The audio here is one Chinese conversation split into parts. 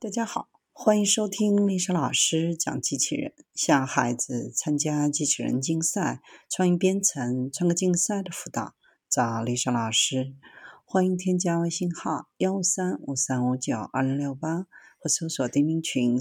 大家好，欢迎收听丽莎老师讲机器人，向孩子参加机器人竞赛、创意编程、创客竞赛的辅导，找丽莎老师。欢迎添加微信号15353592068或搜索钉钉群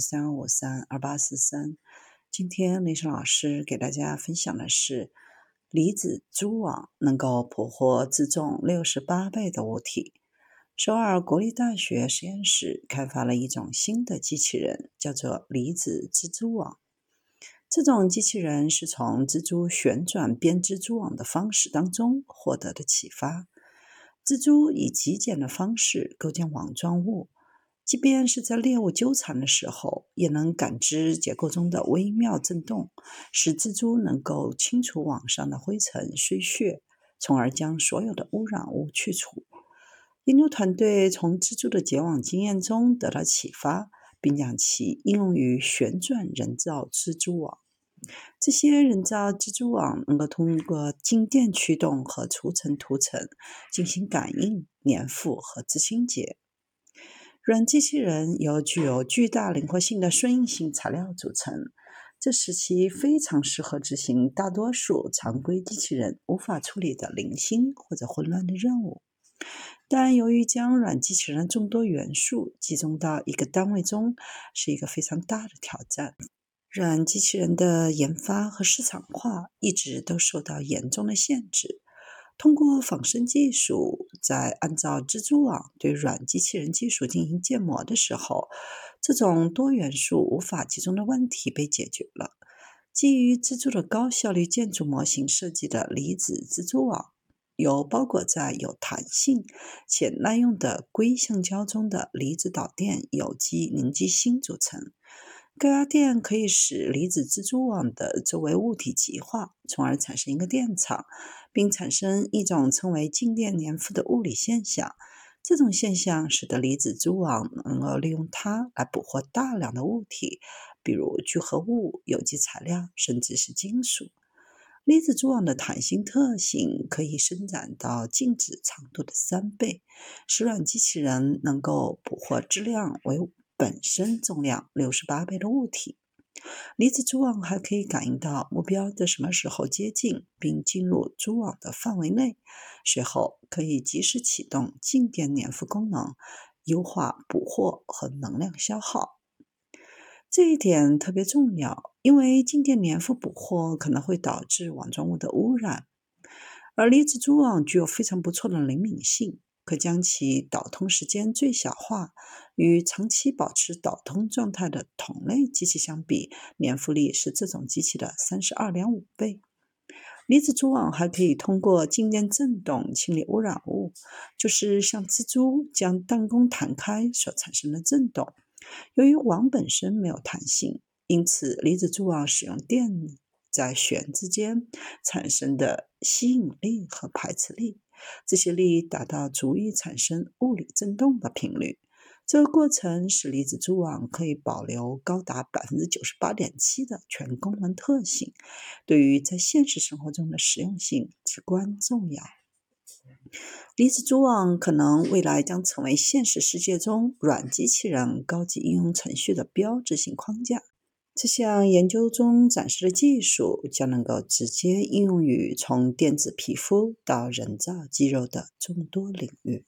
32532843。今天丽莎老师给大家分享的是离子蛛网能够捕获自重68倍的物体。首尔国立大学实验室开发了一种新的机器人，叫做离子蜘蛛网。这种机器人是从蜘蛛旋转编织蛛网的方式当中获得的启发。蜘蛛以极简的方式构建网状物，即便是在猎物纠缠的时候，也能感知结构中的微妙震动，使蜘蛛能够清除网上的灰尘碎屑，从而将所有的污染物去除。研究团队从蜘蛛的结网经验中得到启发，并将其应用于旋转人造蜘蛛网。这些人造蜘蛛网能够通过静电驱动和除尘涂层进行感应、粘附和自清洁。软机器人由具有巨大灵活性的顺应性材料组成，这使其非常适合执行大多数常规机器人无法处理的零星或者混乱的任务。但由于将软机器人的众多元素集中到一个单位中是一个非常大的挑战，软机器人的研发和市场化一直都受到严重的限制。通过仿生技术，在按照蜘蛛网对软机器人技术进行建模的时候，这种多元素无法集中的问题被解决了。基于蜘蛛的高效率建筑模型设计的离子蜘蛛网，由包裹在有弹性且耐用的硅橡胶中的离子导电有机凝集芯组成。高压电可以使离子蜘蛛网的周围物体极化，从而产生一个电场，并产生一种称为静电粘附的物理现象。这种现象使得离子蛛网能够利用它来捕获大量的物体，比如聚合物、有机材料，甚至是金属。离子蛛网的弹性特性可以伸展到静止长度的3倍，使软机器人能够捕获质量为本身重量68倍的物体。离子蛛网还可以感应到目标在什么时候接近，并进入蛛网的范围内，随后可以及时启动静电粘附功能，优化捕获和能量消耗。这一点特别重要，因为静电粘附捕获可能会导致网状物的污染，而离子蛛网具有非常不错的灵敏性，可将其导通时间最小化。与长期保持导通状态的同类机器相比，粘附力是这种机器的32.5倍。离子蛛网还可以通过静电振动清理污染物，就是像蜘蛛将弹弓弹开所产生的振动。由于网本身没有弹性，因此离子蛛网使用电在旋之间产生的吸引力和排斥力，这些力达到足以产生物理振动的频率。这个过程使离子蛛网可以保留高达 98.7% 的全功能特性，对于在现实生活中的实用性至关重要。离子蛛网可能未来将成为现实世界中软机器人高级应用程序的标志性框架。这项研究中展示的技术将能够直接应用于从电子皮肤到人造肌肉的众多领域。